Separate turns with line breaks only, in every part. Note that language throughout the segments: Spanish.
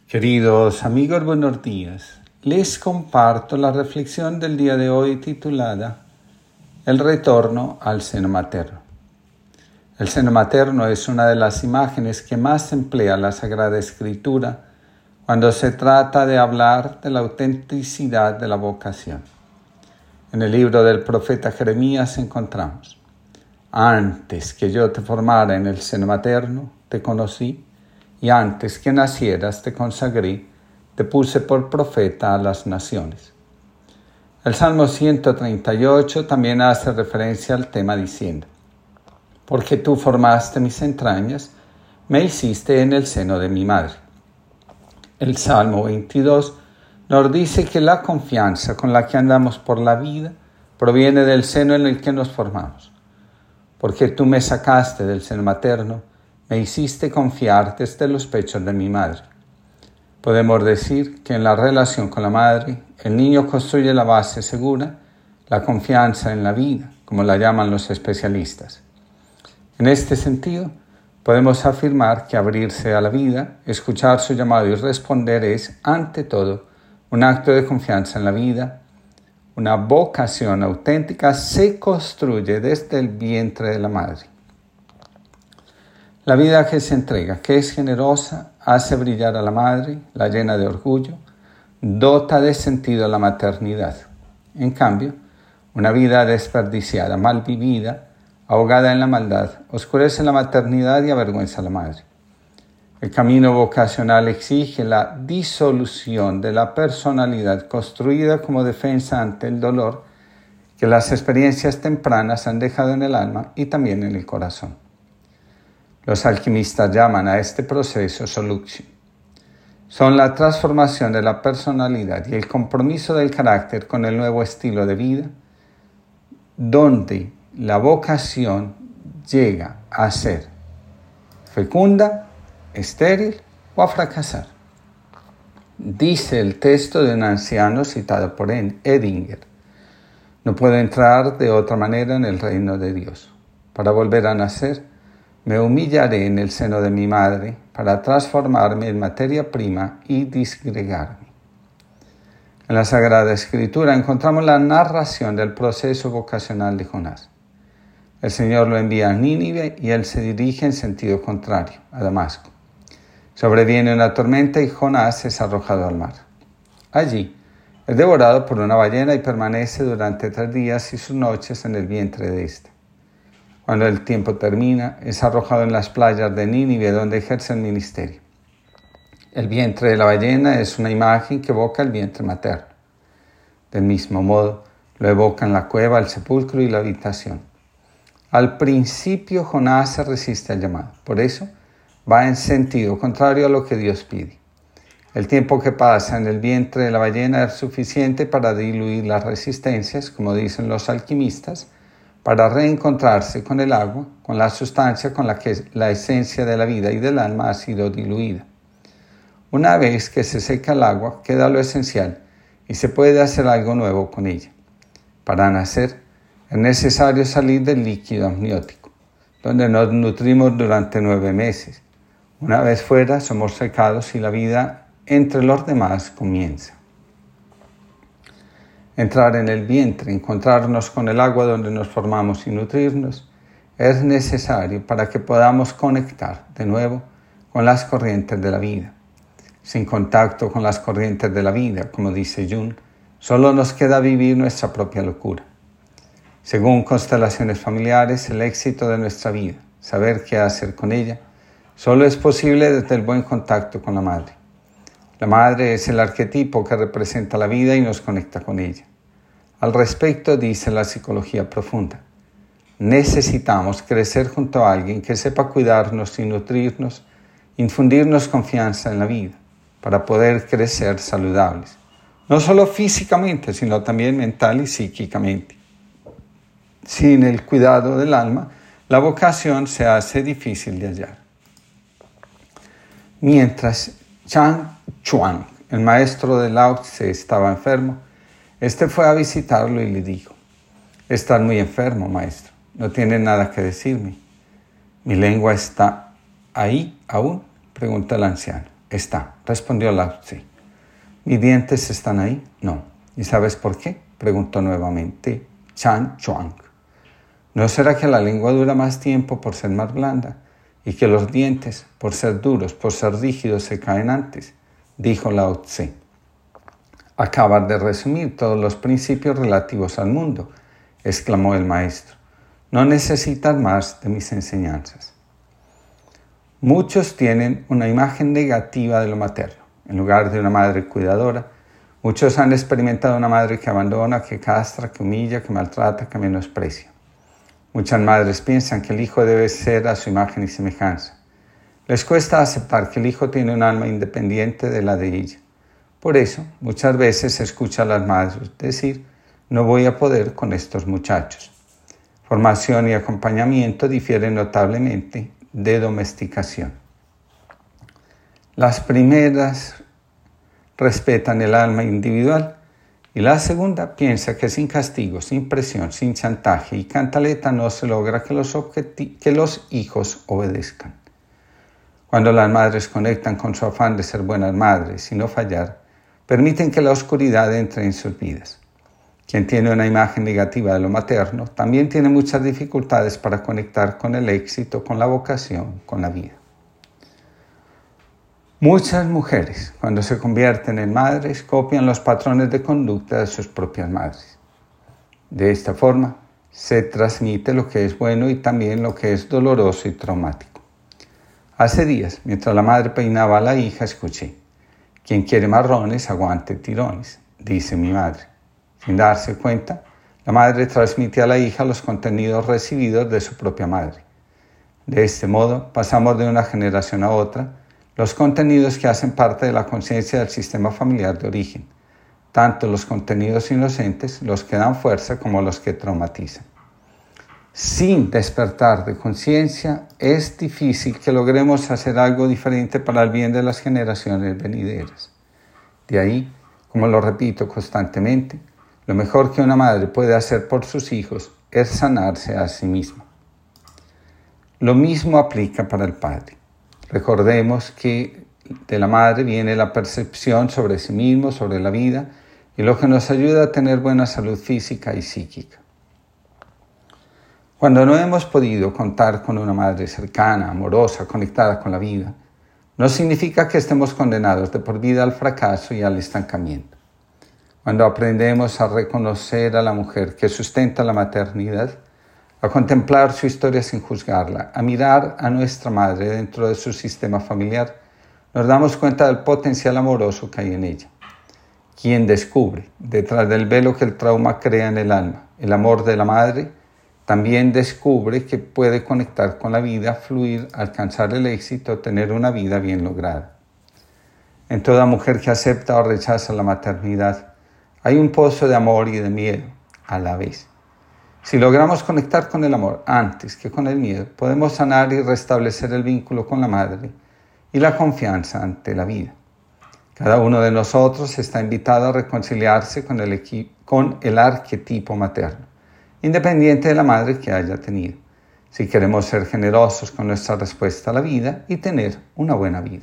Queridos amigos, buenos días. Les comparto la reflexión del día de hoy titulada El retorno al seno materno. El seno materno es una de las imágenes que más emplea la Sagrada Escritura cuando se trata de hablar de la autenticidad de la vocación. En el libro del profeta Jeremías encontramos: Antes que yo te formara en el seno materno, te conocí, y antes que nacieras te consagré, te puse por profeta a las naciones. El Salmo 138 también hace referencia al tema diciendo: Porque tú formaste mis entrañas, me hiciste en el seno de mi madre. El Salmo 22 nos dice que la confianza con la que andamos por la vida proviene del seno en el que nos formamos. Porque tú me sacaste del seno materno, me hiciste confiar desde los pechos de mi madre. Podemos decir que en la relación con la madre, el niño construye la base segura, la confianza en la vida, como la llaman los especialistas. En este sentido, podemos afirmar que abrirse a la vida, escuchar su llamado y responder es, ante todo, un acto de confianza en la vida. Una vocación auténtica se construye desde el vientre de la madre. La vida que se entrega, que es generosa, hace brillar a la madre, la llena de orgullo, dota de sentido a la maternidad. En cambio, una vida desperdiciada, mal vivida, ahogada en la maldad, oscurece la maternidad y avergüenza a la madre. El camino vocacional exige la disolución de la personalidad construida como defensa ante el dolor que las experiencias tempranas han dejado en el alma y también en el corazón. Los alquimistas llaman a este proceso solución. Son la transformación de la personalidad y el compromiso del carácter con el nuevo estilo de vida, donde la vocación llega a ser fecunda, estéril o a fracasar. Dice el texto de un anciano citado por Edinger: No puedo entrar de otra manera en el reino de Dios. Para volver a nacer, me humillaré en el seno de mi madre para transformarme en materia prima y disgregarme. En la Sagrada Escritura encontramos la narración del proceso vocacional de Jonás. El Señor lo envía a Nínive y él se dirige en sentido contrario, a Damasco. Sobreviene una tormenta y Jonás es arrojado al mar. Allí es devorado por una ballena y permanece durante 3 días y sus noches en el vientre de ésta. Cuando el tiempo termina, es arrojado en las playas de Nínive, donde ejerce el ministerio. El vientre de la ballena es una imagen que evoca el vientre materno. Del mismo modo, lo evocan la cueva, el sepulcro y la habitación. Al principio, Jonás se resiste al llamado. Por eso, va en sentido contrario a lo que Dios pide. El tiempo que pasa en el vientre de la ballena es suficiente para diluir las resistencias, como dicen los alquimistas, para reencontrarse con el agua, con la sustancia con la que la esencia de la vida y del alma ha sido diluida. Una vez que se seca el agua, queda lo esencial y se puede hacer algo nuevo con ella. Para nacer, es necesario salir del líquido amniótico, donde nos nutrimos durante 9 meses. Una vez fuera, somos secados y la vida entre los demás comienza. Entrar en el vientre, encontrarnos con el agua donde nos formamos y nutrirnos, es necesario para que podamos conectar de nuevo con las corrientes de la vida. Sin contacto con las corrientes de la vida, como dice Jung, solo nos queda vivir nuestra propia locura. Según constelaciones familiares, el éxito de nuestra vida, saber qué hacer con ella, solo es posible desde el buen contacto con la madre. La madre es el arquetipo que representa la vida y nos conecta con ella. Al respecto dice la psicología profunda: necesitamos crecer junto a alguien que sepa cuidarnos y nutrirnos, infundirnos confianza en la vida, para poder crecer saludables, no solo físicamente, sino también mental y psíquicamente. Sin el cuidado del alma, la vocación se hace difícil de hallar. Mientras Chang Chuan, el maestro de Lao Tse, estaba enfermo, este fue a visitarlo y le dijo: «Estás muy enfermo, maestro. No tiene nada que decirme». «¿Mi lengua está ahí aún?», pregunta el anciano. está, respondió Lao Tse. ¿Mis dientes están ahí? No. ¿Y sabes por qué? Preguntó nuevamente Chan Chuang. ¿No será que la lengua dura más tiempo por ser más blanda y que los dientes, por ser duros, por ser rígidos, se caen antes? Dijo Lao Tse. Acabas de resumir todos los principios relativos al mundo, exclamó el maestro. No necesitas más de mis enseñanzas. Muchos tienen una imagen negativa de lo materno. En lugar de una madre cuidadora, muchos han experimentado una madre que abandona, que castra, que humilla, que maltrata, que menosprecia. Muchas madres piensan que el hijo debe ser a su imagen y semejanza. Les cuesta aceptar que el hijo tiene un alma independiente de la de ella. Por eso, muchas veces se escucha a las madres decir, no voy a poder con estos muchachos. Formación y acompañamiento difieren notablemente de domesticación. Las primeras respetan el alma individual y la segunda piensa que sin castigo, sin presión, sin chantaje y cantaleta no se logra que los hijos obedezcan. Cuando las madres conectan con su afán de ser buenas madres y no fallar, permiten que la oscuridad entre en sus vidas. Quien tiene una imagen negativa de lo materno también tiene muchas dificultades para conectar con el éxito, con la vocación, con la vida. Muchas mujeres, cuando se convierten en madres, copian los patrones de conducta de sus propias madres. De esta forma, se transmite lo que es bueno y también lo que es doloroso y traumático. Hace días, mientras la madre peinaba a la hija, escuché: quien quiere marrones, aguante tirones, dice mi madre. Sin darse cuenta, la madre transmite a la hija los contenidos recibidos de su propia madre. De este modo, pasamos de una generación a otra los contenidos que hacen parte de la conciencia del sistema familiar de origen, tanto los contenidos inocentes, los que dan fuerza, como los que traumatizan. Sin despertar de conciencia, es difícil que logremos hacer algo diferente para el bien de las generaciones venideras. De ahí, como lo repito constantemente, lo mejor que una madre puede hacer por sus hijos es sanarse a sí misma. Lo mismo aplica para el padre. Recordemos que de la madre viene la percepción sobre sí mismo, sobre la vida, y lo que nos ayuda a tener buena salud física y psíquica. Cuando no hemos podido contar con una madre cercana, amorosa, conectada con la vida, no significa que estemos condenados de por vida al fracaso y al estancamiento. Cuando aprendemos a reconocer a la mujer que sustenta la maternidad, a contemplar su historia sin juzgarla, a mirar a nuestra madre dentro de su sistema familiar, nos damos cuenta del potencial amoroso que hay en ella. Quien descubre, detrás del velo que el trauma crea en el alma, el amor de la madre, también descubre que puede conectar con la vida, fluir, alcanzar el éxito, tener una vida bien lograda. En toda mujer que acepta o rechaza la maternidad, hay un pozo de amor y de miedo a la vez. Si logramos conectar con el amor antes que con el miedo, podemos sanar y restablecer el vínculo con la madre y la confianza ante la vida. Cada uno de nosotros está invitado a reconciliarse con el arquetipo materno, independiente de la madre que haya tenido, si queremos ser generosos con nuestra respuesta a la vida y tener una buena vida.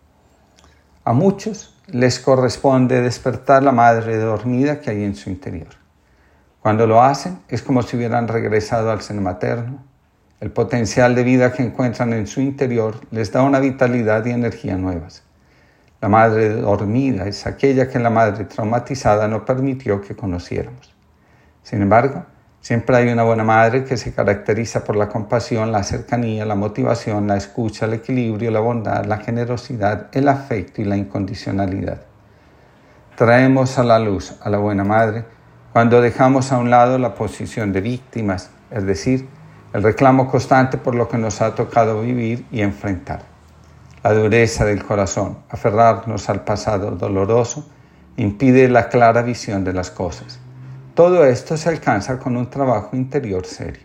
A muchos les corresponde despertar la madre dormida que hay en su interior. Cuando lo hacen, es como si hubieran regresado al seno materno. El potencial de vida que encuentran en su interior les da una vitalidad y energía nuevas. La madre dormida es aquella que la madre traumatizada no permitió que conociéramos. Sin embargo, siempre hay una buena madre que se caracteriza por la compasión, la cercanía, la motivación, la escucha, el equilibrio, la bondad, la generosidad, el afecto y la incondicionalidad. Traemos a la luz a la buena madre cuando dejamos a un lado la posición de víctimas, es decir, el reclamo constante por lo que nos ha tocado vivir y enfrentar. La dureza del corazón, aferrarnos al pasado doloroso, impide la clara visión de las cosas. Todo esto se alcanza con un trabajo interior serio.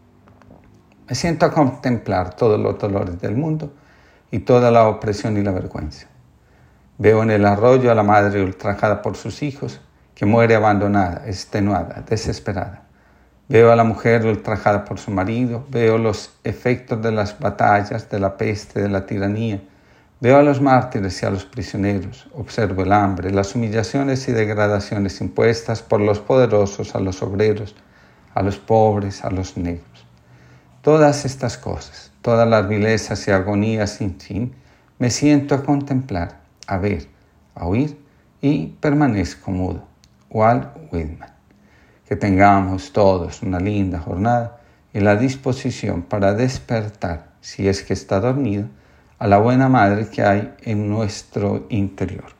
Me siento a contemplar todos los dolores del mundo y toda la opresión y la vergüenza. Veo en el arroyo a la madre ultrajada por sus hijos, que muere abandonada, extenuada, desesperada. Veo a la mujer ultrajada por su marido, veo los efectos de las batallas, de la peste, de la tiranía. Veo a los mártires y a los prisioneros, observo el hambre, las humillaciones y degradaciones impuestas por los poderosos a los obreros, a los pobres, a los negros. Todas estas cosas, todas las vilezas y agonías sin fin, me siento a contemplar, a ver, a oír y permanezco mudo. Walt Whitman. Que tengamos todos una linda jornada y la disposición para despertar, si es que está dormido, a la buena madre que hay en nuestro interior.